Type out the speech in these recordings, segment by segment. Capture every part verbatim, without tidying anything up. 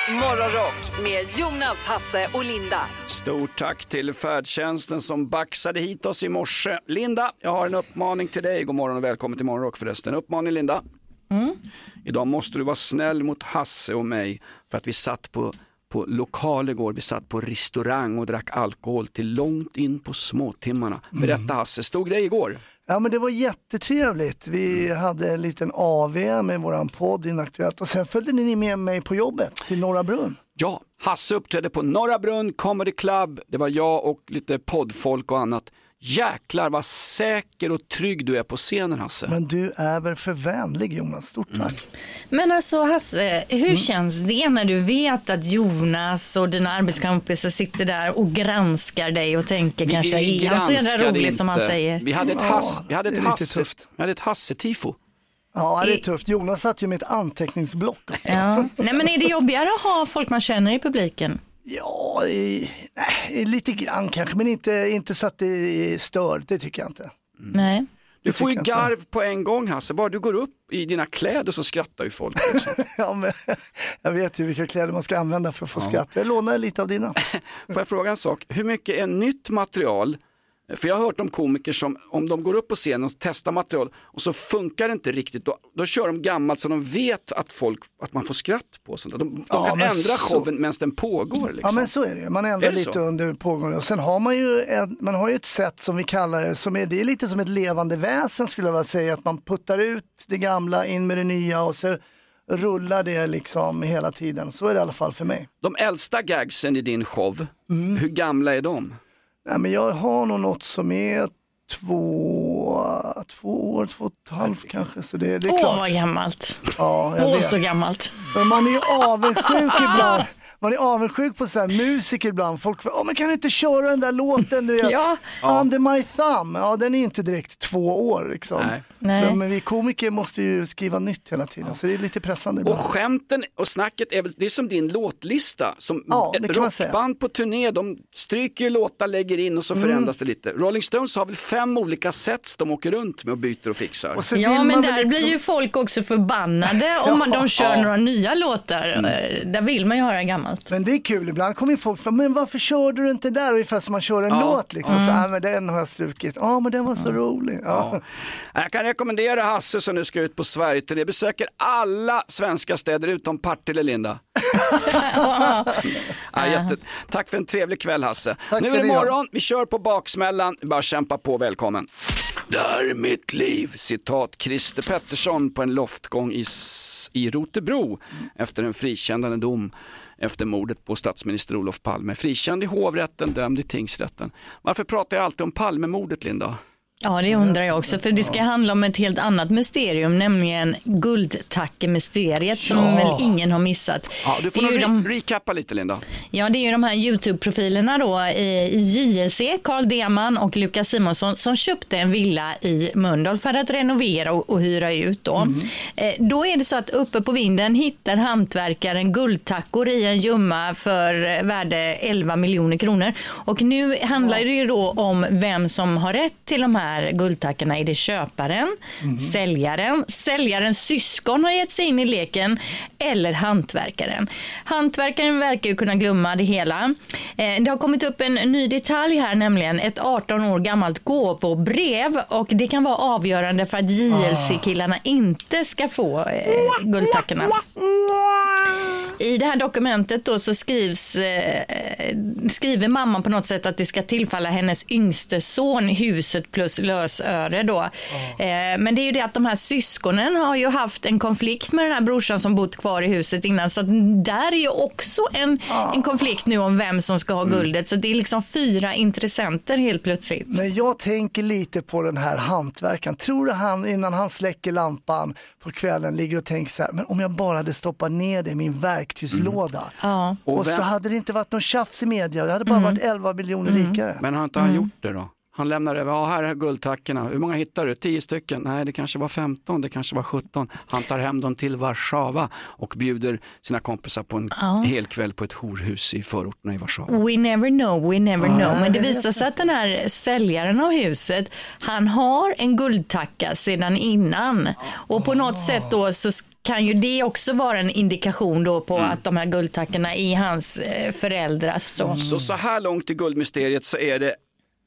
Morgonrock med Jonas, Hasse och Linda. Stort tack till färdtjänsten som baxade hit oss i morse. Linda, jag har en uppmaning till dig. God morgon och välkommen till Morgonrock förresten. Uppmaning, Linda. Mm. Idag måste du vara snäll mot Hasse och mig för att vi satt på, på lokal igår. Vi satt på restaurang och drack alkohol till långt in på småtimmarna. Berätta, Hasse, stod det igår? Ja, men det var jättetrevligt. Vi mm. hade en liten A V med våran podd Inaktuellt och sen följde ni med mig på jobbet till Norra Brunn. Ja, Hasse uppträdde på Norra Brunn Comedy Club. Det var jag och lite poddfolk och annat. Jäklar vad säker och trygg du är på scenen, Hasse. Men du är väl för vänlig, Jonas. Stort tack. Mm. Men alltså, Hasse, hur mm. känns det när du vet att Jonas och dina arbetskampisar sitter där och granskar dig och tänker vi, kanske vi är han så jävla rolig som han säger? Vi hade ett, hass, vi hade ett, hasse, vi hade ett Hasse-tifo. Ja, det är tufft. Jonas satt ju med ett anteckningsblock. Ja. Nej, men är det jobbigare att ha folk man känner i publiken? Ja, i, nej, lite grann kanske, men inte, inte så att det stör, det tycker jag inte. Mm. Nej. Du får ju garv inte. På en gång, Hasse. Bara du går upp i dina kläder så skrattar ju folk. Ja, men jag vet ju vilka kläder man ska använda för att få ja. skratt. Jag lånar lite av dina. Får jag fråga en sak? Hur mycket är nytt material? För jag har hört om komiker som om de går upp på scenen och testar material och så funkar det inte riktigt, då, då kör de gammalt så de vet att folk att man får skratt på sånt. De, de ja, kan ändra så... showen medan den pågår. Liksom. Ja, men så är det. Man ändrar det lite så? Under pågående. Och sen har man ju en, man har ju ett sätt som vi kallar det, som är, det är lite som ett levande väsen skulle jag vilja säga, att man puttar ut det gamla in med det nya och så rullar det liksom hela tiden. Så är det i alla fall för mig. De äldsta gagsen i din show, mm. hur gamla är de? Nej, men jag har nog något som är två, två år, två och ett halvt kanske. Så det, det är Åh, klart. vad gammalt. Ja, jag Åh, vet. så gammalt. Men man är ju avundsjuk ibland. Man är avundsjuk på så här musiker ibland. Folk får, åh, men kan du inte köra den där låten, du vet? Ja. Under my thumb. Ja, den är inte direkt två år liksom. Nej. Nej. Så, men vi komiker måste ju skriva nytt hela tiden. Ja. Så det är lite pressande ibland. Och skämten och snacket är väl, det är som din låtlista. Som ja, ett rockband på turné, de stryker ju låtar, lägger in och så förändras mm. det lite. Rolling Stones har väl fem olika sets de åker runt med och byter och fixar. Och ja, men där liksom... blir ju folk också förbannade om ja. de kör ja. några nya låtar. Mm. Där vill man ju höra gammalt. Men det är kul, ibland kommer folk från, men varför körde du inte där? Ungefär som man kör en ja. låt liksom. Mm. Så, ah, men den har jag strukit. Ja, ah, men den var så mm. rolig. Ja. Ja. Jag kan rekommendera Hasse som nu ska ut på Sverige-turné. Besöker alla svenska städer utom Partille, Linda. ja, jätte... Tack för en trevlig kväll, Hasse. Tack nu är det morgon, vi kör på baksmällan. Bara kämpa på, välkommen. Det här är mitt liv, citat Christer Pettersson på en loftgång i, i Rotebro efter en frikännande dom efter mordet på statsminister Olof Palme. Frikänd i hovrätten, dömd i tingsrätten. Varför pratar jag alltid om Palmemordet, Linda? Ja, det undrar jag också, för det ska handla om ett helt annat mysterium, nämligen guldtackemysteriet som ja. väl ingen har missat. Ja, du får nog re- de... recappa lite, Linda. Ja, det är ju de här YouTube-profilerna då i J L C, Carl Deman och Lukas Simonsson, som köpte en villa i Mölndal för att renovera och, och hyra ut då. Mm. Eh, då är det så att uppe på vinden hittar hantverkaren guldtackor i en ljumma för värde elva miljoner kronor. Och nu handlar ja. det ju då om vem som har rätt till de här guldtackorna. Är det köparen, mm. säljaren, säljarens syskon har gett sig in i leken eller hantverkaren. Hantverkaren verkar ju kunna glömma det hela. Eh, det har kommit upp en ny detalj här, nämligen ett arton år gammalt gåvobrev, och det kan vara avgörande för att J L C-killarna inte ska få eh, guldtackorna. I det här dokumentet då så skrivs, eh, skriver mamman på något sätt att det ska tillfalla hennes yngste son huset plus lösöre då. Oh. Eh, men det är ju det att de här syskonen har ju haft en konflikt med den här brorsan som bott kvar i huset innan, så där är ju också en, oh. en konflikt nu om vem som ska ha mm. guldet, så det är liksom fyra intressenter helt plötsligt. Men jag tänker lite på den här hantverkaren. Tror du han innan han släcker lampan på kvällen ligger och tänker så här, men om jag bara hade stoppat ner det i min verktygslåda mm. ja. och, och så hade det inte varit någon tjafs i media, det hade bara mm. varit elva miljoner mm. rikare. Men har inte han mm. gjort det då? Han lämnar över, ja här är guldtackorna. Hur många hittar du? Tio stycken? Nej, det kanske var femton, det kanske var sjutton. Han tar hem dem till Warszawa och bjuder sina kompisar på en ja. hel kväll på ett horhus i förorterna i Warszawa. We never know, we never know. Men det visar sig att den här säljaren av huset, han har en guldtacka sedan innan. Och på något sätt då så kan ju det också vara en indikation då på mm. att de här guldtackorna är hans eh, föräldrars. Då. Mm. Så så här långt i guldmysteriet så är det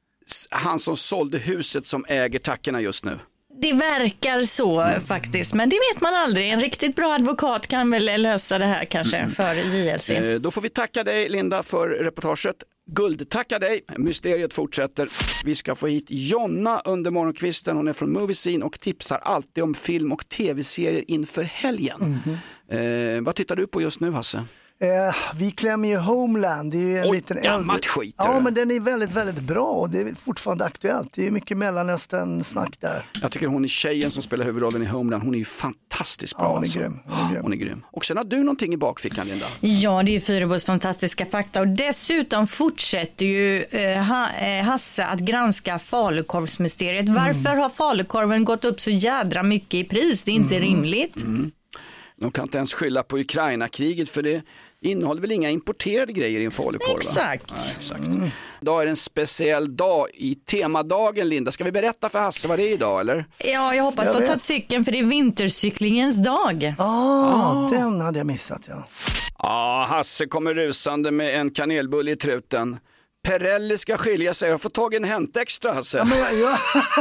han som sålde huset som äger tackorna just nu. Det verkar så mm. faktiskt, men det vet man aldrig. En riktigt bra advokat kan väl lösa det här kanske mm. för J L C. Eh, då får vi tacka dig, Linda, för reportaget. Guld, tacka dig. Mysteriet fortsätter. Vi ska få hit Jonna under morgonkvisten. Hon är från Movie Scene och tipsar alltid om film och tv-serier inför helgen. Mm. Eh, vad tittar du på just nu, Hasse? Eh, vi klämmer ju Homeland. Det är ju en Oj, liten gammalt skit. Ja, men den är väldigt, väldigt bra och det är fortfarande aktuellt. Det är mycket Mellanöstern-snack där. Jag tycker hon är tjejen som spelar huvudrollen i Homeland. Hon är ju fantastiskt bra. Ja, hon är, alltså. grym. Hon är grym. Hon är grym. Och sen har du någonting i bakfickan, Linda. Ja, det är ju Fyrebos fantastiska fakta och dessutom fortsätter ju eh, ha, eh, Hasse att granska falukorvsmysteriet. Mm. Varför har falukorven gått upp så jädra mycket i pris? Det är inte mm. rimligt. Mm. De kan inte ens skylla på Ukraina-kriget för det innehåller väl inga importerade grejer i en falukorv? Exakt. Nej, exakt. Mm. Idag är det en speciell dag i temadagen, Linda. Ska vi berätta för Hasse vad det är idag, eller? Ja, jag hoppas jag du har tagit cykeln för det är vintercyklingens dag. Ah, ah. Den hade jag missat, ja. Ja, Hasse kommer rusande med en kanelbulle i truten. Pirelli ska skilja sig. Jag får tag i en Hänt Extra, Hasse. Ja, men jag, jag,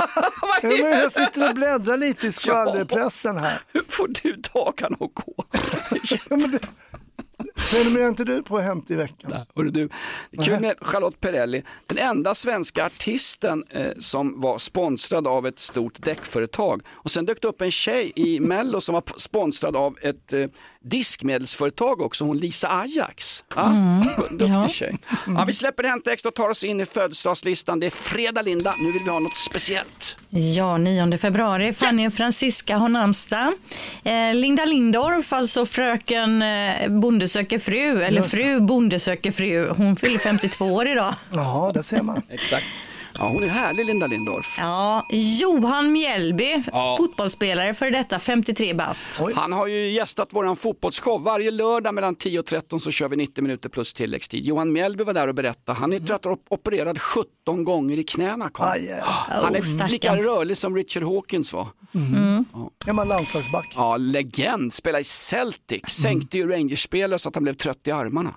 ja, men jag sitter och bläddrar lite i skvallerpressen här. Hur får du dagarna att gå? Ja, men det... Prenumererar inte du på Hänt i veckan? Nej, hörru du. Det är kul med Charlotte Pirelli. Den enda svenska artisten eh, som var sponsrad av ett stort däckföretag. Och sen dök det upp en tjej i Mello som var sponsrad av ett eh, diskmedelsföretag också. Hon Lisa Ajax. Ja, mm. Duktig ja. tjej. Ja, vi släpper Hänt Extra och tar oss in i födelsedagslistan. Det är fredag, Linda. Nu vill vi ha något speciellt. Ja, nionde februari. Fanny och Franziska har namnsdag. Eh, Linda Lindorff, alltså fröken eh, Bonde söker fru, eller fru Bonde söker fru. Hon fyller femtiotvå år idag. Ja, det ser man. Exakt. Ja, hon är härlig, Linda Lindorff. Ja, Johan Mjällby, ja. fotbollsspelare för detta, femtiotre bast. Oj. Han har ju gästat våran fotbollsshow. Varje lördag mellan tio och tretton så kör vi nittio minuter plus tilläggstid. Johan Mjällby var där och berättade. Han är mm. opererad sjutton gånger i knäna. Aj, ja. Han är oh, lika rörlig som Richard Hawkins var. Mm. Mm. Ja. Är man landslagsback? Ja, legend. Spelar i Celtic. Sänkte ju Rangers-spelare så att han blev trött i armarna.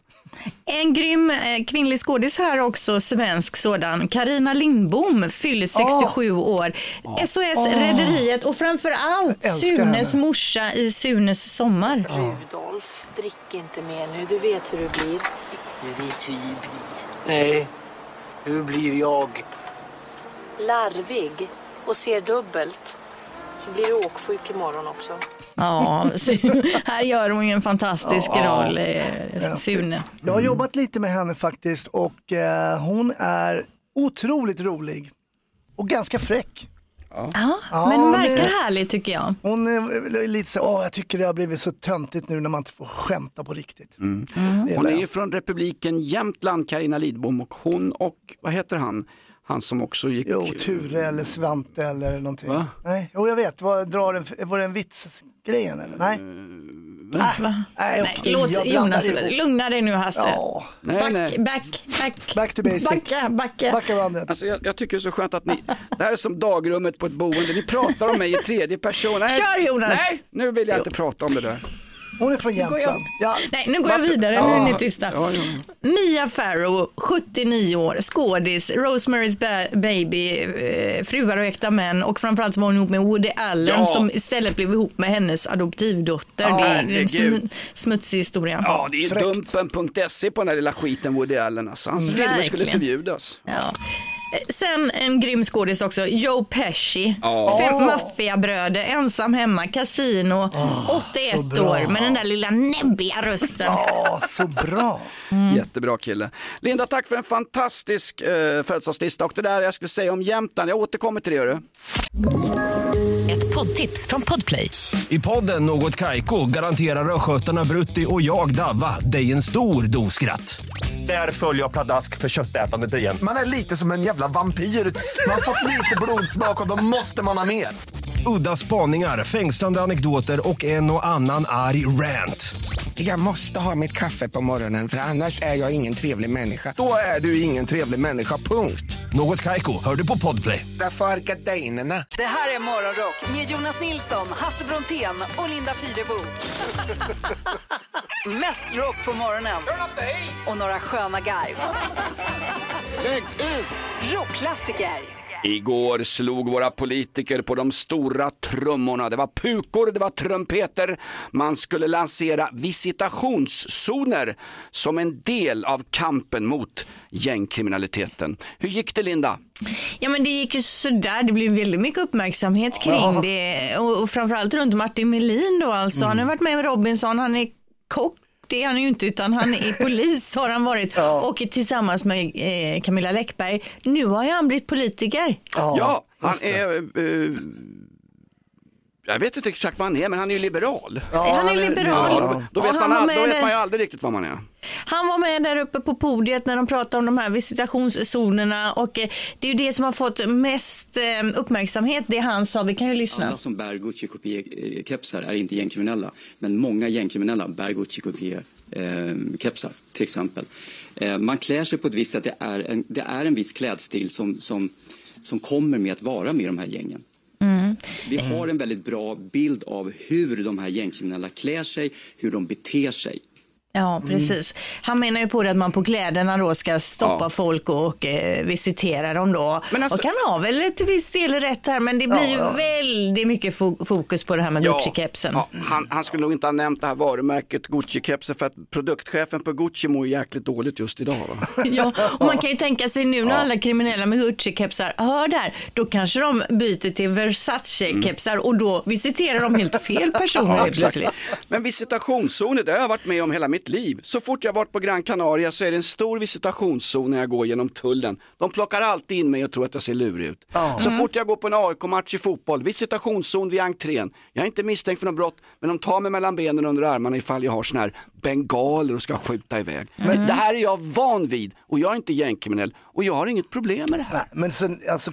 En grym eh, kvinnlig skådis här också, svensk sådan. Carina Lindbom fyller sextiosju oh. år. Oh. S O S-rederiet oh. och framförallt Sunes henne. morsa i Sunes sommar. Oh. Rudolf, drick inte mer nu. Du vet hur det blir. Jag vet hur det blir. Nej, hur blir jag? Larvig och ser dubbelt. Så blir du åksjuk imorgon också. Ja, här gör hon ju en fantastisk ja, roll, eh, Sune. Jag har jobbat lite med henne faktiskt och eh, hon är otroligt rolig och ganska fräck. Ja, ja men hon verkar är, härlig tycker jag. Hon är lite så, åh, jag tycker det har blivit så töntigt nu när man inte får skämta på riktigt. Mm. Mm. Hon är från republiken Jämtland, Carina Lidbom, och hon och, vad heter han? Han som också gick... Jo, Ture eller Svante eller någonting. Va? Nej, jo, jag vet. Var, drar en, var det en vitsgrejen eller? Nej. Uh, va? Nej, nej, okay. Låt Jonas, lugna dig nu Hasse. Ja. Nej, back, nej. back, back. Back to basic. Backa, backa. Backa bandet. Alltså, jag, jag tycker det är så skönt att ni... Det här är som dagrummet på ett boende. Ni pratar om mig i tredje person. Nej, kör Jonas. Nej, nu vill jag jo. inte prata om det där. Hon är från Jämtland. Ja. Nej, nu går jag vidare. Ja. Nu är ni tysta. Ja, ja, ja. Mia Farrow, sjuttionio år, skådis, Rosemary's ba- Baby, eh, Fruar och äkta män, och framförallt var hon ihop med Woody Allen ja. som istället blev ihop med hennes adoptivdotter. Ja, det är en sm- smutsig historia. Ja, det är dumpen punkt se på den här lilla skiten Woody Allen. Alltså. Hans Verkligen. filmer skulle förbjudas. Ja. Sen en grym skådis också, Joe Pesci, oh. fem maffiabröder, ensam hemma, Casino, oh, åttioett år med den där lilla näbbiga rösten. Ja, oh, så bra. Mm. Jättebra kille. Linda, tack för en fantastisk uh, födelsedagslista, och det där jag skulle säga om Jämtland, jag återkommer till det. Gör du? Ett poddtips från Podplay. I podden Något Kaiko garanterar röskötarna Brutti och jag Davva dig en stor doskratt. Där följer jag pladask för köttätandet igen. Man är lite som en jävla vampyr. Man har fått lite blodsmak och då måste man ha mer. Udda spaningar, fängslande anekdoter och en och annan arg rant. Jag måste ha mitt kaffe på morgonen för annars är jag ingen trevlig människa. Då är du ingen trevlig människa, punkt. Något Kaiko, hör du på Podplay. Därför är gardinerna. Det här är Morgonrock med Jonas Nilsson, Hasse Brontén och Linda Fyrebo. Mest rock på morgonen. Och några sköna garv. Lägg ut! Rockklassiker. Igår slog våra politiker på de stora trummorna. Det var pukor, det var trumpeter. Man skulle lansera visitationszoner som en del av kampen mot gängkriminaliteten. Hur gick det, Linda? Ja, men det gick ju sådär. Det blev väldigt mycket uppmärksamhet kring ja. det. Och, och framförallt runt Martin Melin då alltså. Mm. Han har varit med med Robinson, han är kock. Det är han ju inte, utan han är polis har han varit ja. och tillsammans med eh, Camilla Läckberg. Nu har ju han blivit politiker. Ja, ja han är... Eh, jag vet inte exakt vad han är, men han är ju liberal. Ja, han är liberal. Ja, då vet, man, all, då vet man ju aldrig riktigt vad man är. Han var med där uppe på podiet när de pratade om de här visitationszonerna och eh, det är ju det som har fått mest eh, uppmärksamhet, det han sa. Vi kan ju lyssna. Alla som bär Gucci-kopier-kepsar är inte gängkriminella, men många gängkriminella bär Gucci-kopier-kepsar till exempel. Eh, man klär sig på ett visst sätt, det är en, det är en viss klädstil som, som, som kommer med att vara med de här gängen. Mm. Vi har en väldigt bra bild av hur de här gängkriminella klär sig, hur de beter sig. Ja, precis. Mm. Han menar ju på det att man på kläderna då ska stoppa ja. folk och, och eh, visitera dem då. Men alltså, och han har väl till viss del rätt här, men det blir ja, ju ja. väldigt mycket fo- fokus på det här med ja, Gucci-kepsen. Ja, han, han skulle nog inte ha nämnt det här varumärket Gucci-kepsen för att produktchefen på Gucci mår jäkligt dåligt just idag. Va? Ja, och man kan ju tänka sig nu när ja. alla kriminella med Gucci-kepsar hör där, då kanske de byter till Versace-kepsar mm. och då visiterar de helt fel personer. Ja, plötsligt. Men visitationszoner, det har jag varit med om hela mitt liv. Så fort jag varit på Gran Canaria så är det en stor visitationszon när jag går genom tullen. De plockar alltid in mig och tror att jag ser lurig ut. Oh. Så fort jag går på en A I K-match i fotboll, visitationszon vid entrén. Jag är inte misstänkt för något brott, men de tar mig mellan benen under armarna ifall jag har såna här bengaler och ska skjuta iväg. Mm. Men det här är jag van vid och jag är inte gängkriminell och jag har inget problem med det här. Nej, men så, alltså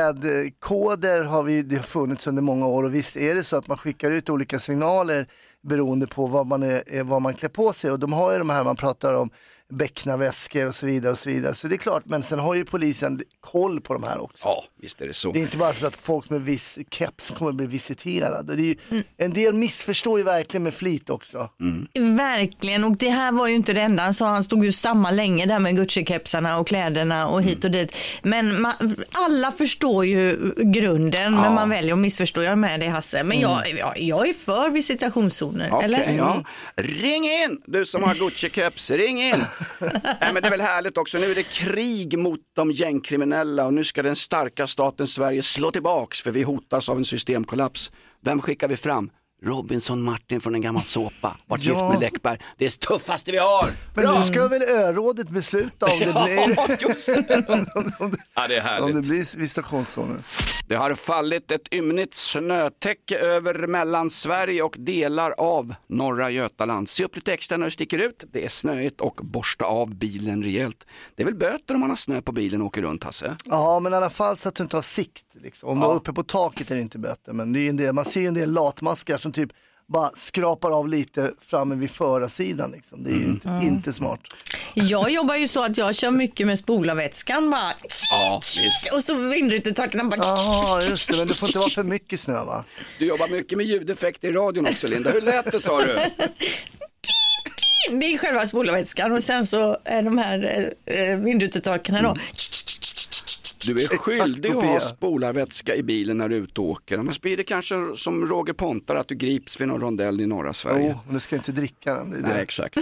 klädkoder har vi det har funnits under många år och visst är det så att man skickar ut olika signaler beroende på vad man, är, vad man klär på sig och de har ju de här man pratar om bäcknarväskor och så vidare och så vidare. Så det är klart, men sen har ju polisen koll på de här också. Ja, visst är det så. Det är inte bara så att folk med viss keps kommer bli visiterade. Det är ju, mm. En del missförstår ju verkligen med flit också. Mm. Verkligen, och det här var ju inte det enda. Han sa han stod ju stamma länge där med Gucci-kepsarna och kläderna och hit och dit. Men man, alla förstår ju grunden, ja. men man väljer att missförstå. Jag med det, Hasse. Men mm. jag, jag, jag är för visitationszoner. Okay, eller? Ja. Ring in, du som har Gucci-keps, ring in. Nej, men det är väl härligt också. Nu är det krig mot de gängkriminella och nu ska den starka staten Sverige slå tillbaks för vi hotas av en systemkollaps. Vem skickar vi fram? Robinson Martin från en gammal såpa. Vart gift ja. med Läckberg. Det är det tuffaste vi har. Men nu ska väl örådet besluta om det blir ja, just det. Ja, det är härligt. Om det blir visitationszoner. Det har fallit ett ymnigt snötäcke över Mellansverige och delar av norra Götaland. Se upp lite extra när det sticker ut. Det är snöigt och borsta av bilen rejält. Det är väl böter om man har snö på bilen och åker runt, Hasse? Ja, men i alla fall så att du inte har sikt. Liksom. Om ja. du är uppe på taket är det inte böter. Men det är en del, man ser en del latmaskar som typ bara skrapar av lite framme vid förarsidan. Liksom. Det är ju inte, mm. inte smart. Jag jobbar ju så att jag kör mycket med spolarvätskan. Bara... Ja, visst. Och så vindrutetorkarna bara... Ja, just det. Men det får inte vara för mycket snö, va? Du jobbar mycket med ljudeffekter i radion också, Linda. Hur lät det, sa du? Det är själva spolarvätskan och sen så är de här eh, vindrutetorkarna då... Mm. Du är skyldig att ha spolarvätska i bilen när du är ute och åker. Annars blir det kanske som Roger Pontar att du grips vid någon rondell i norra Sverige. Jo, men du ska inte dricka den. Det är Nej, det. exakt.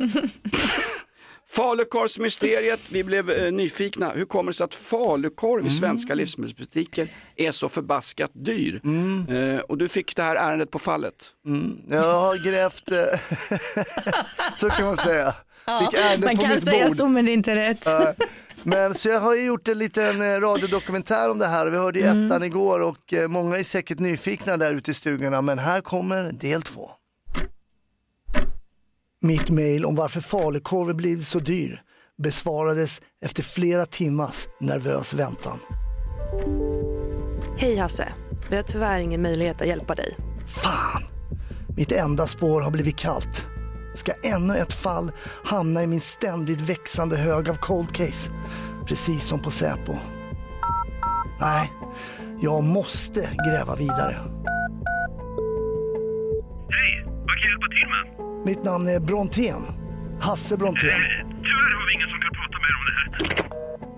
Falukorvsmysteriet, vi blev eh, nyfikna. Hur kommer det sig att falukorv i svenska mm. livsmedelsbutiker är så förbaskat dyr? Mm. Eh, och du fick det här ärendet på fallet. Mm. Jag har grävt, så kan man säga. Ja, man kan säga bord. Så, men det är inte rätt. Uh, men så jag har ju gjort en liten radiodokumentär om det här. Vi hörde i ettan mm. igår och eh, många är säkert nyfikna där ute i stugorna. Men här kommer del två. Mitt mejl om varför falukorv blivit så dyr besvarades efter flera timmars nervös väntan. Hej Hasse, vi har tyvärr ingen möjlighet att hjälpa dig. Fan, mitt enda spår har blivit kallt. Ska ännu ett fall hamna i min ständigt växande hög av cold case. Precis som på Säpo. Nej, jag måste gräva vidare. Hej, vad kan jag hjälpa till med? Mitt namn är Brontén. Hasse Brontén. Eh, tyvärr har vi ingen som kan prata med er om det här.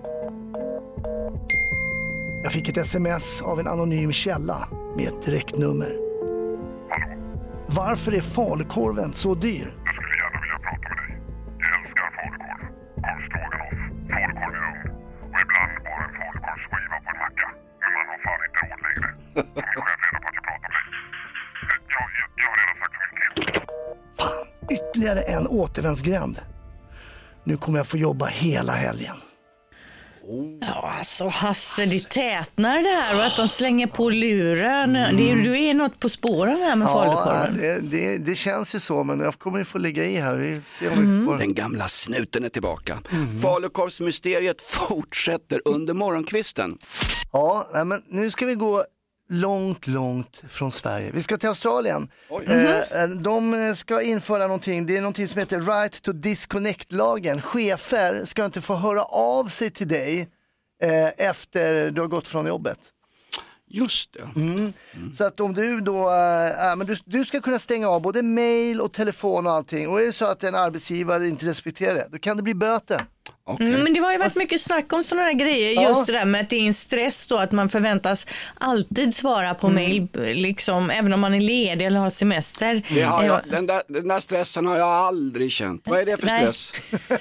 Jag fick ett sms av en anonym källa med ett direktnummer. Varför är falukorven så dyr? Jag skulle gärna vilja prata med dig. Jag älskar falukorv. Korv stroganoff, falukorv i ugn och ibland bara en falukorvsskiva på en macka. Men man har fan inte råd längre. Som min chef reda på att jag pratar med dig. Jag, jag, jag har redan sagt till min kille. Fan, ytterligare en återvändsgränd. Nu kommer jag få jobba hela helgen. Ja, alltså Hasse, det tätnar det här och att de slänger på luren. Mm. Det är, du är något på spåren här med ja, falukorven. Det, det, det känns ju så, men jag kommer ju få ligga i här. Vi ser om mm. vi får... Den gamla snuten är tillbaka. Mm. Falukorvsmysteriet fortsätter under morgonkvisten. Ja, men nu ska vi gå långt, långt från Sverige. Vi ska till Australien. Mm-hmm. De ska införa någonting. Det är någonting som heter Right to Disconnect-lagen. Chefer ska inte få höra av sig till dig eh, efter du har gått från jobbet. Just det. Mm. Mm. Så att om du då, äh, men du, du ska kunna stänga av både mail och telefon och allting. Och är det så att en arbetsgivare inte respekterar det, då kan det bli böter. Okay. Mm, men det har ju varit Fast... mycket snack om sådana här grejer. Ja. Just det där med att det är en stress då, att man förväntas alltid svara på mm. mail, liksom, även om man är ledig eller har semester. Det har jag, den, där, den där stressen har jag aldrig känt. Vad är det för Nej. stress?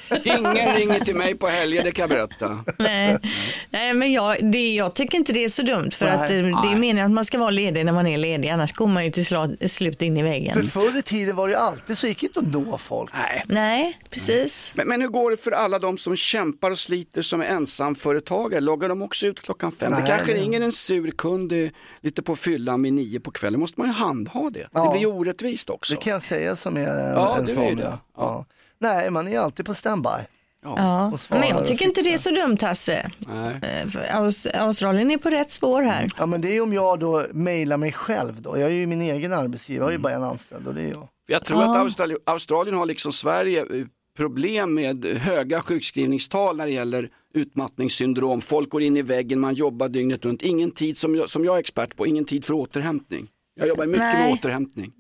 Ingen ringer till mig på helgen, det kan jag berätta. Nej, Nej men jag, det, jag tycker inte det är så dumt. För Nej. att det är meningen att man ska vara ledig när man är ledig. Annars kommer man ju till sl- slut in i väggen. För förr i tiden var det alltid så gick inte att nå folk. Nej, Nej precis. Men, men hur går det för alla de som kämpar och sliter som är ensamföretagare? Loggar de också ut klockan fem? Nej, det kanske nej. ringer en sur kund lite på fyllan vid nio på kvällen. Måste man ju handha det. Ja. Det blir ju orättvist också. Det kan jag säga som är ja, en det sån. är det. Ja. Ja. Nej, man är alltid på standby. Ja, ja. Men jag tycker inte det är så dumt, Hasse. Nej. Aus- Australien är på rätt spår här. Ja, men det är om jag då mejlar mig själv då. Jag är ju min egen arbetsgivare, jag är ju bara en anställd och det är jag. Jag tror ja. att Australien, Australien har liksom Sverige problem med höga sjukskrivningstal när det gäller utmattningssyndrom. Folk går in i väggen, man jobbar dygnet runt. Ingen tid, som jag, som jag är expert på, ingen tid för återhämtning. Jag jobbar mycket Nej. med återhämtning.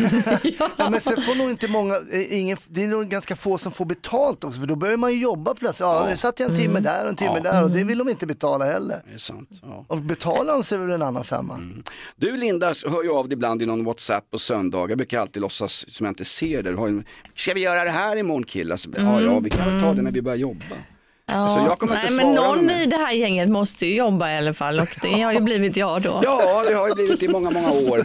ja. Ja, men sen får nog inte många, ingen, det är nog ganska få som får betalt också, för då börjar man ju jobba plötsligt. Ja, ja. Nu satt jag en timme mm. där och en timme ja. där och det vill de inte betala heller. Det är sant. Ja. Och betalar de sig väl en annan femma. Mm. Du Linda, hör ju av dig ibland i någon WhatsApp på söndag. Jag brukar alltid låtsas som jag inte ser det. En, ska vi göra det här imorgon killar? Så, mm. Ja, ja, vi kan väl ta det när vi börjar jobba. Ja, så jag kommer nej, inte men svara någon i det här gänget måste ju jobba i alla fall, och det har ju blivit jag då. Ja, det har ju blivit i många, många år.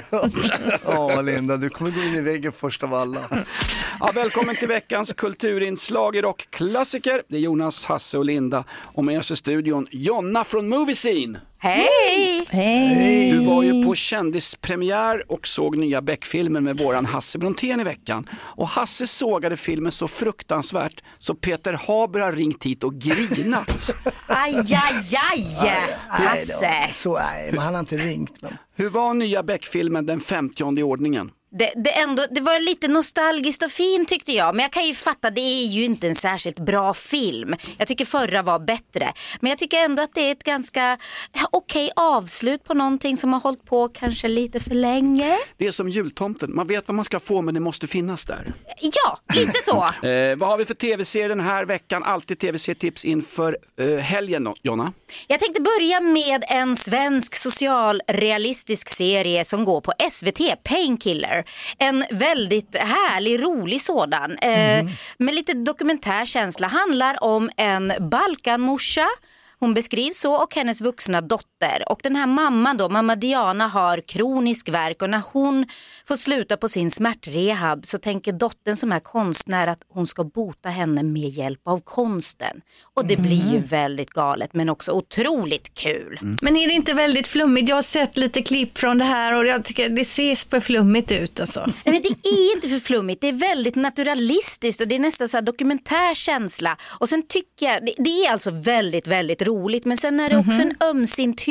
Ja, Linda, du kommer gå in i väggen först av alla. Ja, välkommen till veckans kulturinslag i rockklassiker. Det är Jonas, Hasse och Linda. Och med oss i studion, Jonna från Movie Scene. Hej! Hej! Du var ju på kändispremiär och såg nya Beck-filmen med våran Hasse Brontén i veckan. Och Hasse sågade filmen så fruktansvärt så Peter Haber har ringt hit och grinat. Aj, aj, aj! Hasse! Så nej, men han har inte ringt. Men... Hur var nya Beck-filmen den femtionde i ordningen? Det, det, ändå, det var lite nostalgiskt och fint tyckte jag. Men jag kan ju fatta, det är ju inte en särskilt bra film. Jag tycker förra var bättre. Men jag tycker ändå att det är ett ganska okej avslut på någonting som har hållit på kanske lite för länge. Det är som jultomten. Man vet vad man ska få, men det måste finnas där. Ja, lite så. eh, vad har vi för tv-serier den här veckan? Alltid tv-serietips inför eh, helgen, Jonna. Jag tänkte börja med en svensk socialrealistisk serie som går på S V T, Painkiller. En väldigt härlig, rolig sådan. Mm. Eh, med lite dokumentärkänsla. Handlar om en Balkanmorsa. Hon beskrivs så, och hennes vuxna dotter. Och den här mamman då, mamma Diana, har kronisk värk. Och när hon får sluta på sin smärtrehab så tänker dottern som är konstnär att hon ska bota henne med hjälp av konsten. Och det mm. blir ju väldigt galet, men också otroligt kul. Mm. Men är det inte väldigt flummigt? Jag har sett lite klipp från det här och jag tycker det ser för flummigt ut. Alltså. Nej, men det är inte för flummigt. Det är väldigt naturalistiskt och det är nästan så här dokumentär känsla. Och sen tycker jag, det, det är alltså väldigt, väldigt roligt. Men sen är det också mm-hmm. en ömsint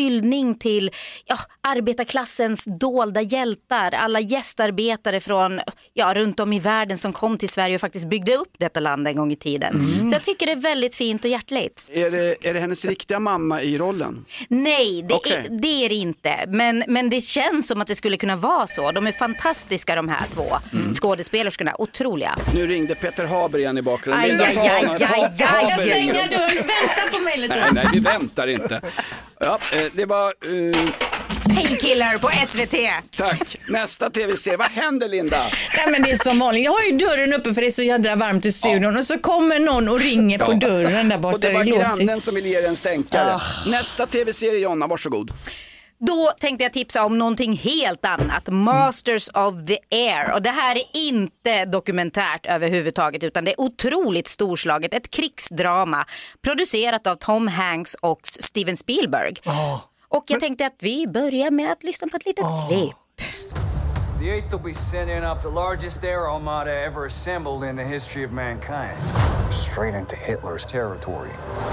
hyllning till ja, arbetarklassens dolda hjältar. Alla gästarbetare från ja, runt om i världen som kom till Sverige och faktiskt byggde upp detta land en gång i tiden. Mm. Så jag tycker det är väldigt fint och hjärtligt. Är det, är det hennes riktiga mamma i rollen? Nej, det, okay. är, det är det inte. Men, men det känns som att det skulle kunna vara så. De är fantastiska de här två mm. skådespelerskorna. Otroliga. Nu ringde Peter Haber igen i bakgrunden. Aj, aj, aj, aj, aj, aj. Jag ska stänga dörren. Vänta på mig lite. Nej, nej, vi väntar inte. Ja, det var... Uh... Painkiller på S V T. Tack. Nästa tv-serie. Vad händer, Linda? Nej, men det är som vanligt. Jag har ju dörren uppe för det är så jädra varmt i studion. Ja. Och så kommer någon och ringer på ja. dörren där borta. Och det var grannen som vill ge dig en stänkare. Oh. Nästa tv-serie, Jonna, varsågod. Då tänkte jag tipsa om någonting helt annat. Masters of the Air. Och det här är inte dokumentärt överhuvudtaget, utan det är otroligt storslaget. Ett krigsdrama producerat av Tom Hanks och Steven Spielberg. Oh. Och jag tänkte att vi börjar med att lyssna på ett litet oh. klipp. The eighth will be sending up the largest air armada ever assembled in the history of mankind. Straight into Hitler's territory.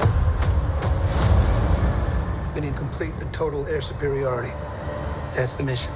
We need complete and total air superiority. That's the mission.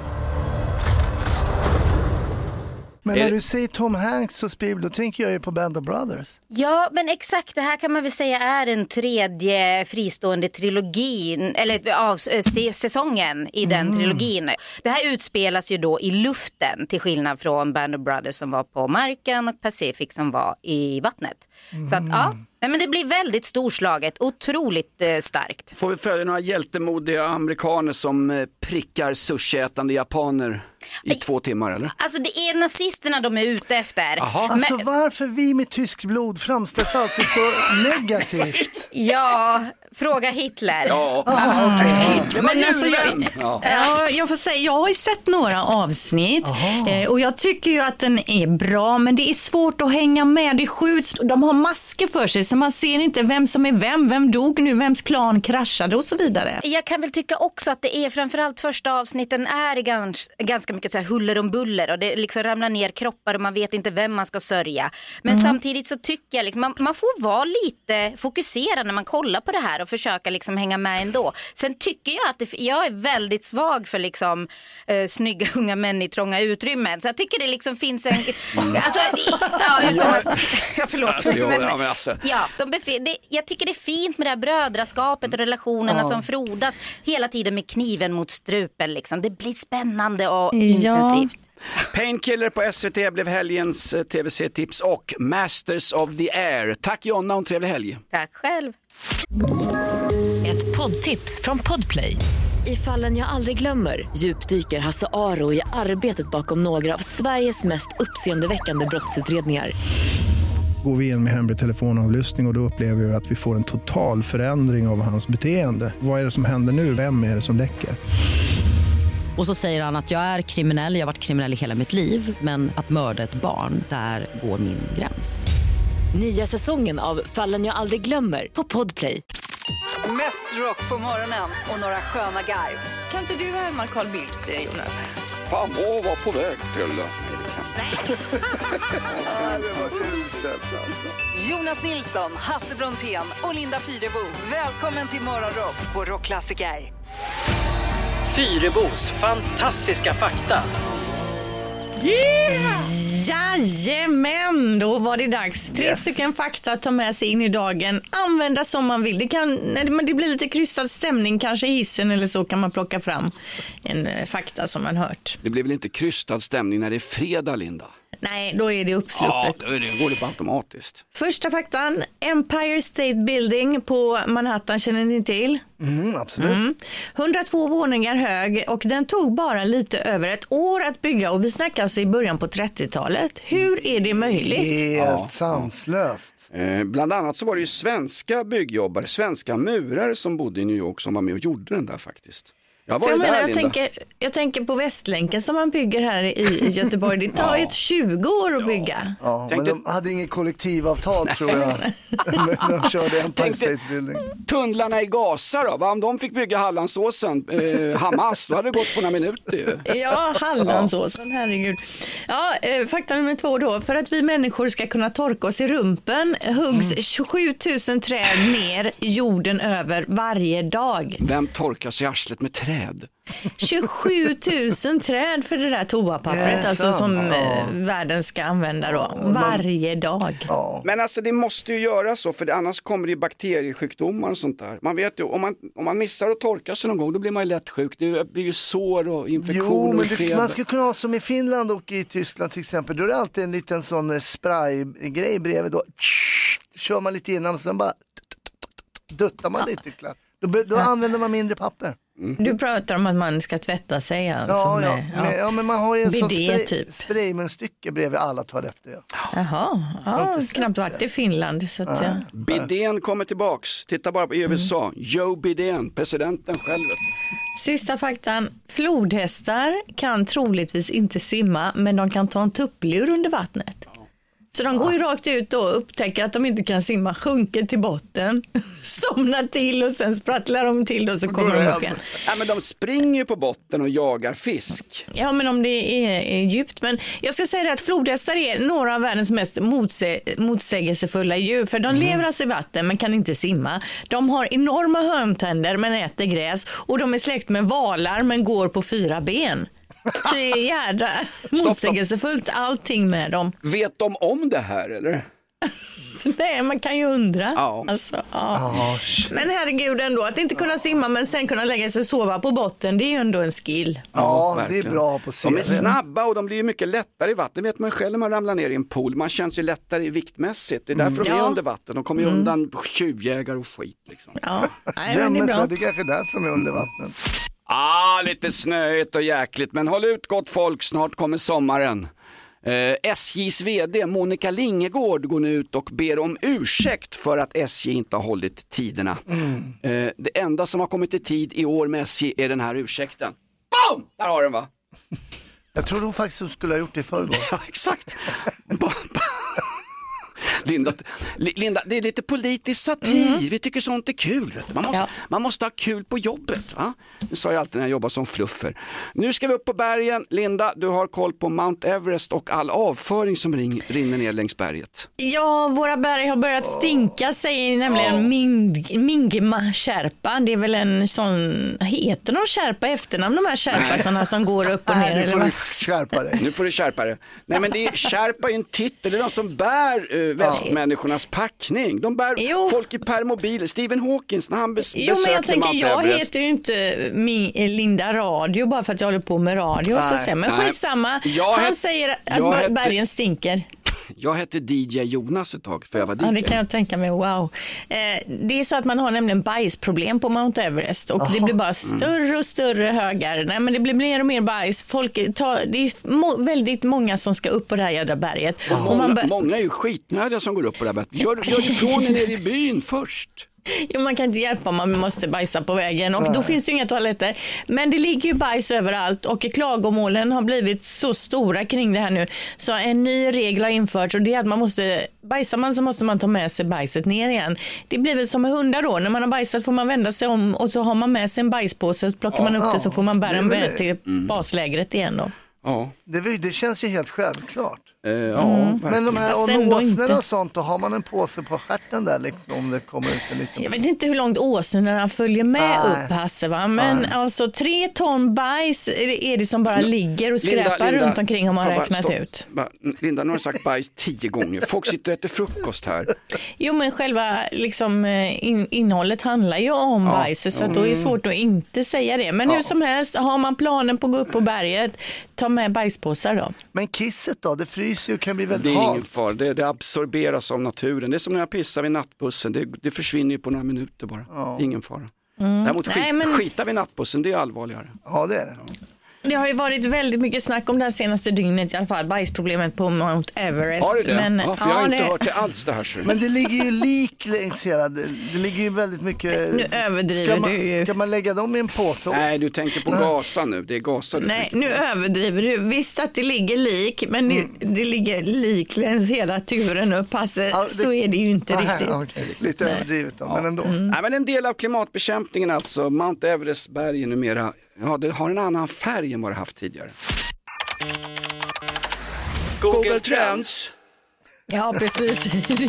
Men när du säger Tom Hanks och Spielberg, då tänker jag ju på Band of Brothers. Ja, men exakt, det här kan man väl säga är den tredje fristående trilogin, eller av säsongen i den mm. trilogin. Det här utspelas ju då i luften, till skillnad från Band of Brothers som var på marken och Pacific som var i vattnet. Mm. Så att ja, men det blir väldigt storslaget, otroligt eh, starkt. Får vi följa några hjältemodiga amerikaner som eh, prickar sushiätande japaner i Aj. två timmar, eller? Alltså det är nazisterna de är ute efter. Men... Alltså varför vi med tysk blod framställs alltid så negativt? Ja, fråga Hitler. Ja, ah, okay. Hitler var Men alltså, jag, ja. ja, jag får säga, jag har ju sett några avsnitt eh, och jag tycker ju att den är bra, men det är svårt att hänga med. Det skjuts, de har masker för sig så man ser inte vem som är vem, vem dog nu, vems klan kraschade och så vidare. Jag kan väl tycka också att det är framförallt första avsnitten är gans, ganska mycket så här huller om buller och det liksom ramlar ner kroppar och man vet inte vem man ska sörja. Men mm. samtidigt så tycker jag liksom, man, man får vara lite fokuserad när man kollar på det här och försöka liksom hänga med ändå. Sen tycker jag att det, jag är väldigt svag för liksom uh, snygga unga män i trånga utrymmen. Så jag tycker det liksom finns en... Mm. Alltså, ja, utan att, ja, förlåt. Alltså, men, ja, men alltså. ja, de befin- det, jag tycker det är fint med det här brödraskapet och relationerna ja. som frodas hela tiden med kniven mot strupen. Liksom. Det blir spännande och ja. intensivt. Painkiller på S V T blev helgens tv-c-tips och Masters of the Air. Tack Jonna och en trevlig helg. Tack själv. Ett poddtips från Podplay. I Fallen jag aldrig glömmer djupdyker Hasse Aro i arbetet bakom några av Sveriges mest uppseendeväckande brottsutredningar. Går vi in med hemlig telefonavlyssning och, och då upplever vi att vi får en total förändring av hans beteende. Vad är det som händer nu? Vem är det som läcker? Och så säger han att jag är kriminell, jag har varit kriminell i hela mitt liv. Men att mörda ett barn, där går min gräns. Nya säsongen av Fallen jag aldrig glömmer på Podplay. Mest rock på morgonen och några sköna garv. Kan inte du härma Carl Bildt, Jonas? Fan, åh, var på väg till. Nej, det kan Nej, det var huset alltså. Jonas Nilsson, Hasse Brontén och Linda Fyrebo. Välkommen till Morgonrock på Rockklassiker. Fyrebos fantastiska fakta. Yeah! Jajamän, då var det dags. Tre yes. stycken fakta att ta med sig in i dagen. Använda som man vill. Det, kan, när det blir lite krystad stämning, kanske i hissen eller så, kan man plocka fram en uh, fakta som man hört. Det blir väl inte krystad stämning när det är fredag, Linda? Nej, då är det uppsluppet. Ja, då är det, går det bara automatiskt. Första faktan, Empire State Building på Manhattan, känner ni till? Mm, absolut. Mm. hundratvå våningar hög och den tog bara lite över ett år att bygga och vi snackar alltså i början på trettiotalet. Hur är det möjligt? Helt ja. sanslöst. Eh, bland annat så var det ju svenska byggjobbare, svenska murare som bodde i New York som var med och gjorde den där faktiskt. Jag var För jag, där, menar, jag, Linda. tänker, jag tänker på Västlänken som man bygger här i, i Göteborg. Det tar ju ja. tjugo år att bygga. Ja, men de hade inget kollektivavtal tror jag. När de körde en State-bildning. Tunnlarna i Gaza då, va? Om de fick bygga Hallandsåsen, eh, Hamas, då hade det gått på några minuter ju. Ja, Hallandsåsen, herregud. Ja, eh, fakta nummer två då. För att vi människor ska kunna torka oss i rumpen huggs mm. tjugosju tusen träd ner jorden över varje dag. Vem torkar sig i arslet med träd? tjugosju tusen träd för det där toapappret yes, alltså, som ja. eh, världen ska använda då, varje dag. Ja. Men alltså det måste ju göra så, för det, annars kommer det ju bakteriesjukdomar och sånt där. Man vet ju, om man, om man missar att torka sig någon gång, då blir man ju lätt sjuk. Det blir ju sår och infektioner. Jo, men och feber. Man skulle kunna ha som i Finland och i Tyskland till exempel. Då är det alltid en liten sån spraygrej bredvid. Då kör man lite innan och sen bara duttar man lite klart. Då, då ja. använder man mindre papper. Mm. Du pratar om att man ska tvätta sig alltså ja, ja. Med, ja. Men, ja, men man har ju en sån spray, typ. spraymunstycke bredvid alla toaletter. Ja. Jaha, ja, knappt varit i Finland. Så att, ja. Bidén kommer tillbaks. Titta bara på U S A. Mm. Joe Bidén, presidenten själv. Sista faktan. Flodhästar kan troligtvis inte simma, men de kan ta en tupplur under vattnet. Så de går ju rakt ut och upptäcker att de inte kan simma, sjunker till botten, somnar till och sen sprattlar de till och så kommer de upp igen. Ja, men de springer ju på botten och jagar fisk. Ja, men om det är, är djupt. Men jag ska säga det att flodhästar är några av världens mest motse, motsägelsefulla djur. För de mm. lever alltså i vatten men kan inte simma. De har enorma hörntänder men äter gräs. Och de är släkt med valar men går på fyra ben. Så det är jävla motsägelsefullt allting med dem. Vet de om det här eller? Nej, man kan ju undra. Ja. Alltså, ja. Oh, men herregud ändå, att inte kunna simma men sen kunna lägga sig och sova på botten, det är ju ändå en skill. Ja, ja det är bra på C V. De är snabba och de blir ju mycket lättare i vatten. Det vet man själv när man ramlar ner i en pool. Man känns ju lättare i viktmässigt. Det är därför mm. de är ja. under vatten. De kommer ju mm. undan tjuvjägare och skit. Liksom. Ja, Nej, ja men det är bra. Det är kanske därför de är under vattnet. Ah, lite snöigt och jäkligt, men håll ut gott folk, snart kommer sommaren. Eh, S J:s vd Monica Lingegård går nu ut och ber om ursäkt för att S J inte har hållit tiderna. Mm. Eh, det enda som har kommit i tid i år med S J är den här ursäkten. Boom! Där har den, va? Jag tror hon faktiskt skulle ha gjort det förrgår. Ja, exakt. Linda, Linda, det är lite politisk satir. Mm. Vi tycker sånt är kul. Man måste, ja. man måste ha kul på jobbet. Va? Det sa jag alltid när jag jobbade som fluffer. Nu ska vi upp på bergen. Linda, du har koll på Mount Everest och all avföring som ring, rinner ner längs berget. Ja, våra berg har börjat stinka, säger nämligen oh. Ming, Mingma Sherpa. Det är väl en sån, heter någon Sherpa efternamn, de här Sherpasarna som går upp och ner. Nej, nu får eller du skärpa dig. Nu får du skärpa dig. Nej, men det är Sherpa är en titel. Det är de som bär uh, västmänniskornas packning. De bär jo. folk i permobiler. Stephen Hawkins när han bes- jo, besökte men jag tänker, Mount jag Everest. heter ju inte min, Linda Radio bara för att jag håller på med radio. Nej, så att säga. Men nej. skitsamma. Jag Han het, säger att hette, bergen stinker. Jag hette D J Jonas ett tag för jag var D J. Ja, det kan jag tänka mig. Wow. Eh, det är så att man har nämligen bajsproblem på Mount Everest och Aha. det blir bara större och större högar. Nej, men det blir mer och mer bajs. Folk tar, det är må, väldigt många som ska upp på det här jädra berget. Och många, och man bör... många är ju skitnödiga som går upp på det här berget. Gör, gör ifrån er ner i byn först. Jo, man kan inte hjälpa om man måste bajsa på vägen och Nej. då finns det ju inga toaletter. Men det ligger ju bajs överallt och klagomålen har blivit så stora kring det här nu. Så en ny regel har införts och det är att man måste, bajsar man så måste man ta med sig bajset ner igen. Det blir väl som med hundar då. När man har bajsat får man vända sig om och så har man med sig en bajspåse och plockar ja, man upp det så får man bära den med till mm. baslägret igen då. Ja. Det, det känns ju helt självklart. Uh, mm. ja, men de här åsnorna och sånt, då har man en påse på stjärten där liksom, om det kommer ut en liten... Jag vet inte hur långt åsnorna följer med Nej. upp, Hasse, va? Men Nej. alltså tre ton bajs är det som bara ligger och skräpar Linda, Linda, runt omkring har man bara, räknat stopp. ut. Bara, Linda, nu har du sagt bajs tio gånger. Folk sitter och äter frukost här. Jo, men själva liksom, in, innehållet handlar ju om ja. bajs, så mm. då är det svårt att inte säga det. Men ja. hur som helst, har man planen på att gå upp på berget, ta med bajspåsar då. Men kisset då, det fryser ju, kan bli väldigt halt. Det är halt. ingen far, det, det absorberas av naturen. Det är som när jag pissar vid nattbussen, det, det försvinner ju på några minuter bara. Ja. Ingen fara. Mm. Däremot skit, Nej, men... skita vid nattbussen, det är allvarligare. Ja, det är det. Ja. Det har ju varit väldigt mycket snack om det här senaste dygnet, i alla fall bajsproblemet på Mount Everest. Har du det? Men, ja, för jag har ja, inte det... hört det alls det här. Men det ligger ju lik längs hela, det ligger ju väldigt mycket. Nu överdriver ska man, du ju. Ska man lägga dem i en påse? Nej, du tänker på Gaza nu. Det är Gaza du Nej, tänker nu på. överdriver du. Visst att det ligger lik, men mm. det, det ligger lik längs hela turen upp. Alltså, ja, det... Så är det ju inte ah, riktigt. Okay. Lite Nej. överdrivet då, ja. men ändå. Mm. Nej, men en del av klimatbekämpningen alltså, Mount Everest berg numera, ja, det har en annan färg än vad det haft tidigare. Google Trends. Ja, precis.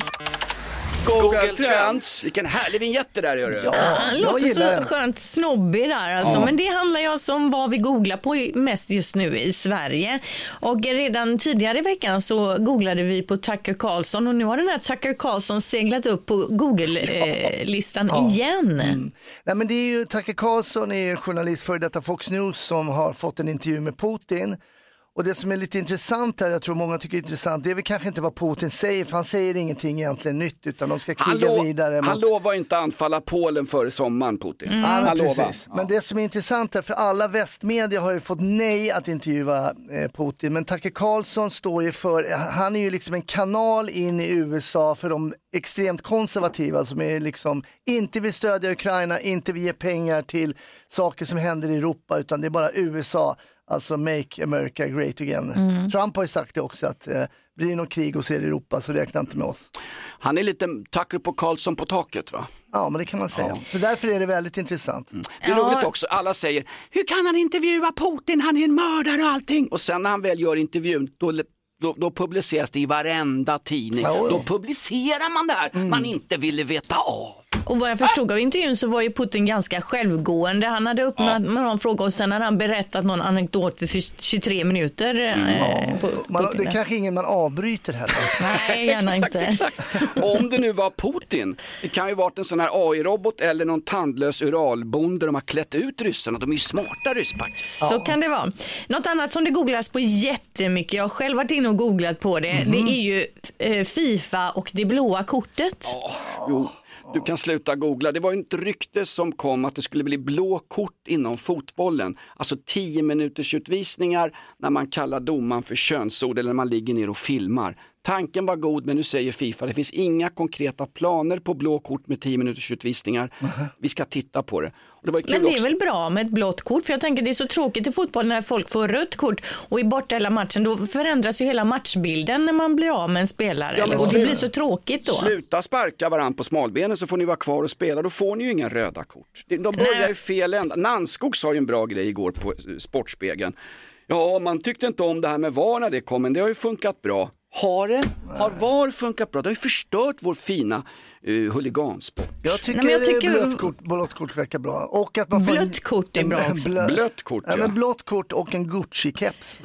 Google, Google Trends. Vilken härlig vignett det där gör du. Ja, det låter så skönt snobbig där alltså. Ja. Men det handlar ju alltså om vad vi googlar på mest just nu i Sverige. Och redan tidigare i veckan så googlade vi på Tucker Carlson och nu har den här Tucker Carlson seglat upp på Google-listan ja. igen. Mm. Nej, men det är ju Tucker Carlson är en journalist för detta Fox News som har fått en intervju med Putin. Och det som är lite intressant här, jag tror många tycker är intressant, det är väl kanske inte vad Putin säger, för han säger ingenting egentligen nytt, utan de ska kriga han lo- vidare. Han mot... lovar inte anfalla Polen före sommaren, Putin. Mm. Ja, han men, lovar. Ja. Men det som är intressant här, för alla västmedia har ju fått nej att intervjua eh, Putin, men Tucker Carlson står ju för, han är ju liksom en kanal in i U S A för de extremt konservativa som är liksom, inte vill stödja Ukraina, inte vill ge pengar till saker som händer i Europa, utan det är bara U S A. Alltså make America great again. Mm. Trump har ju sagt det också att eh, blir det någon krig hos er i Europa så räkna inte med oss. Han är lite Tucker på Carlson på taket, va? Ja, men det kan man säga. Ja. Så därför är det väldigt intressant. Mm. Det är ja. roligt också, alla säger, hur kan han intervjua Putin? Han är en mördare och allting. Och sen när han väl gör intervjun, då, då, då publiceras det i varenda tidning. Ja, då publicerar man där mm. man inte ville veta av. Och vad jag förstod av intervjun så var ju Putin ganska självgående. Han hade öppnat ja. med någon fråga och sen hade han berättat någon anekdot i tjugotre minuter. Ja. På, man, det är kanske ingen man avbryter heller. Nej, gärna exakt, inte. Exakt. Om det nu var Putin, det kan ju varit en sån här A I-robot eller någon tandlös uralbonde de har klätt ut ryssarna. De är ju smarta rysspack. Så ja. kan det vara. Något annat som det googlas på jättemycket, jag har själv varit inne och googlat på det, mm-hmm. det är ju eh, FIFA och det blåa kortet. Ja, jo. Du kan sluta googla. Det var ju ett rykte som kom att det skulle bli blå kort inom fotbollen. Alltså tio minuters utvisningar när man kallar domaren för könsord eller när man ligger ner och filmar. Tanken var god, men nu säger FIFA det finns inga konkreta planer på blå kort med tio minuters utvisningar. Mm-hmm. Vi ska titta på det. Och det var kul men det är också. Väl bra med ett blått kort, för jag tänker det är så tråkigt i fotboll när folk får rött kort och är borta hela matchen. Då förändras ju hela matchbilden när man blir av med en spelare. Ja, och det blir så tråkigt då. Sluta sparka varann på smalbenen så får ni vara kvar och spela. Då får ni ju inga röda kort. De börjar Nej. ju fel ända. Nanskog sa ju en bra grej igår på Sportspegeln. Ja, man tyckte inte om det här med V A R när det kom, men det har ju funkat bra. Har det? Har V A R funkat bra? Det har ju förstört vår fina uh, huligansport. Jag tycker, Nej, jag tycker blött kort, blått kort verkar bra. Och att man får blött kort är bra också. Blö, blött kort, ja. Ja, men blått kort och en Gucci-keps.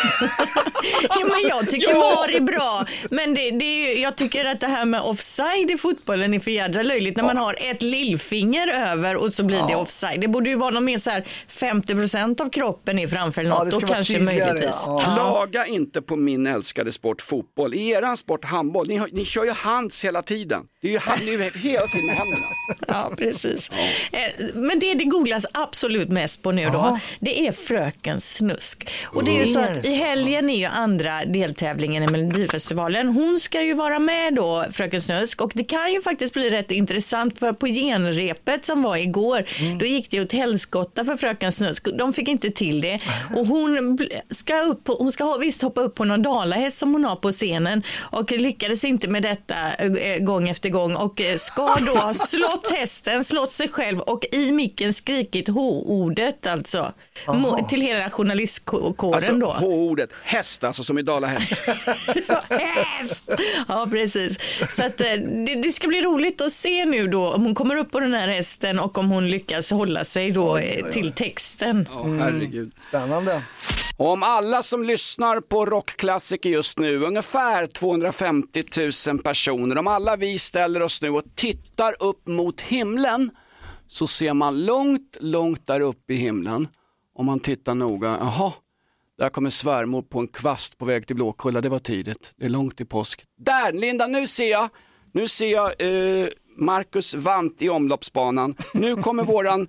Ja, men jag tycker ja. V A R är bra. Men det, det är ju, jag tycker att det här med offside i fotbollen är för jädra löjligt. När ja. man har ett lillfinger över och så blir ja. det offside. Det borde ju vara något mer så här femtio procent av kroppen är framför något. Ja, och kanske möjligtvis. Ja. Klaga inte på min älskade sport fotboll. I eran sport handboll, ni, ni kör ju hands hela tiden. Det är ju, hand, det är ju hela tiden med händerna. Ja, precis. Ja. Men det det googlas absolut mest på nu då, ja. det är Fröken Snusk. Och det är ju så att i helgen är ju andra deltävlingen i Melodifestivalen. Hon ska ju vara med då, Fröken Snusk. Och det kan ju faktiskt bli rätt intressant, för på genrepet som var igår, mm. då gick det åt helskotta för Fröken Snusk. De fick inte till det. Och hon ska, upp på, hon ska visst hoppa upp på någon dalahäst som hon har på scenen och lyckades inte med detta gång efter gång och ska då ha slått hästen, slått sig själv och i micken skrikit H-ordet alltså Aha. till hela journalistkåren alltså, då. H-ordet, häst alltså som i dalahäst. Häst! Ja, precis. Så att det, det ska bli roligt att se nu då om hon kommer upp på den här hästen och om hon lyckas hålla sig då oj, oj, oj. till texten. Ja, herregud. Mm. Spännande. Om alla som lyssnar på rockklassiker just nu, ungefär tvåhundrafemtio tusen personer, om alla vi ställer oss nu och tittar upp mot himlen, så ser man långt, långt där uppe i himlen, om man tittar noga, jaha, där kommer svärmor på en kvast på väg till Blåkulla, det var tidigt, det är långt till påsk. Där, Linda, nu ser jag, nu ser jag eh, Marcus Wandt i omloppsbanan, nu kommer våran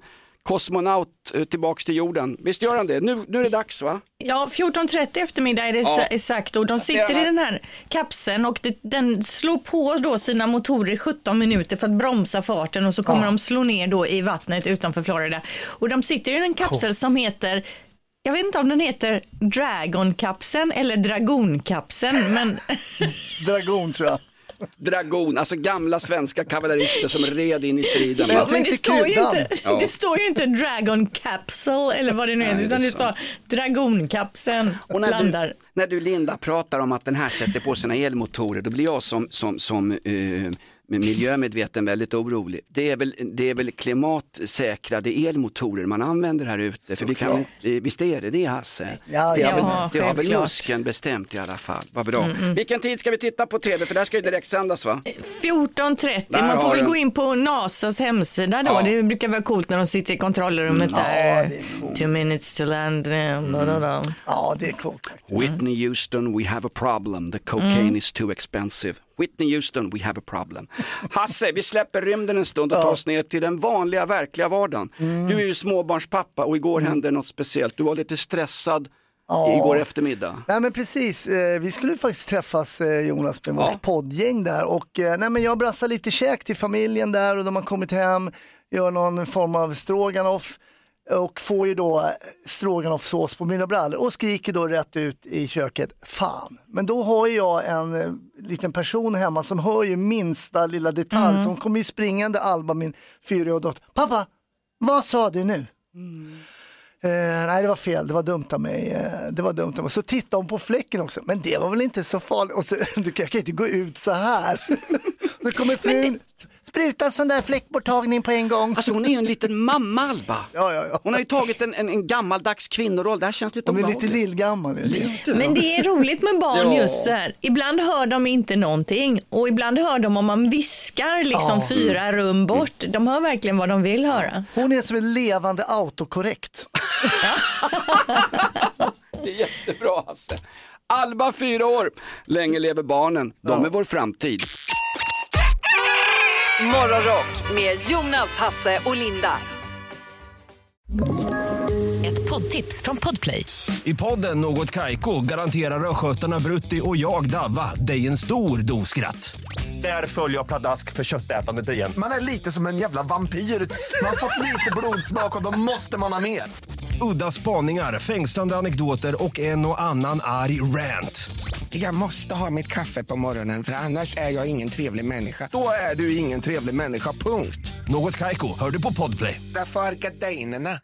kosmonaut eh, tillbaks till jorden. Visst gör han det? Nu, nu är det dags, va? Ja, fjorton trettio eftermiddag är det Ja. exakt och de sitter i den här kapseln och det, den slår på då sina motorer i sjutton minuter för att bromsa farten och så kommer Ja. de slå ner då i vattnet utanför Florida. Och de sitter i en kapsel cool. som heter, jag vet inte om den heter Dragon-kapseln eller Dragon-kapseln, men... Dragon tror jag. Dragon, alltså gamla svenska kavallerister som red in i striden. Men, men det, står ju inte, ja. det står ju inte Dragon Capsule eller vad det nu är, Nej, utan det det står Dragonkapseln och när landar. Du, när du Linda pratar om att den här sätter på sina elmotorer, då blir jag som, som, som uh, miljömedveten väldigt orolig. Det är väl, det är väl klimatsäkrade elmotorer man använder här ute. För vi kan, visst är det det, Hasse? Ja, det har, ja, väl, det har väl självklart. muskeln bestämt i alla fall. Vad bra. Mm, mm. Vilken tid ska vi titta på tv? För det här ska ju direkt sändas, va? fjorton trettio, Där man får har väl den. gå in på NASAs hemsida då. Ja. Det brukar vara coolt när de sitter i kontrollrummet Mm, där. ja, det är coolt. Two minutes to land. Mm. Bla, bla, bla. Ja, det är coolt. Whitney Houston, we have a problem. The cocaine Mm. is too expensive. Whitney Houston, we have a problem. Hasse, vi släpper rymden en stund och tar oss ner till den vanliga, verkliga vardagen. Mm. Du är ju småbarnspappa och igår hände något speciellt. Du var lite stressad Ja. igår eftermiddag. Nej men precis, eh, vi skulle faktiskt träffas eh, Jonas med vårt Ja. poddgäng där och eh, nej, men jag brassar lite käk till familjen där och de har kommit hem, gör någon form av stroganoff och får ju då stroganoffsås på mina brallor och skriker då rätt ut i köket, fan. Men då har ju jag en eh, liten person hemma som hör ju minsta lilla detalj, Mm. som kommer ju springande, Alba, min fyraåriga dotter. Pappa, vad sa du nu? Mm. Eh, nej, det var fel, det var dumt av mig. Eh, det var dumt av mig. Så tittade hon på fläcken också, men det var väl inte så farligt. Och så, du kan, kan inte gå ut så här. Då kommer frun, spruta sån där fläckborttagning på en gång. Alltså hon är ju en liten mamma, Alba. Ja, ja, ja. Hon har ju tagit en, en, en gammaldags kvinnoroll. Det här känns lite Hon är obehagligt. lite lillgammal. Lite, Men det är roligt med barn Ja. just så här. Ibland hör de inte någonting och ibland hör de om man viskar liksom Ja. fyra rum bort. De hör verkligen vad de vill höra. Hon är som en levande autokorrekt. Det är jättebra, Hasse. Alba, fyra år. Länge lever barnen. De Ja. är vår framtid. Morgonrock med Jonas, Hasse och Linda. Ett poddtips från Podplay. I podden Något Kaiko garanterar östgötarna Brutti och jag Davva dig en stor dos skratt. Där följer jag pladask för köttätandet igen. Man är lite som en jävla vampyr. Man har fått lite blodsmak och då måste man ha mer. Udda spaningar, fängslande anekdoter och en och annan arg rant. Jag måste ha mitt kaffe på morgonen för annars är jag ingen trevlig människa. Då är du ingen trevlig människa, punkt. Något Kaiko, hör du på Podplay. Därför är gardinerna.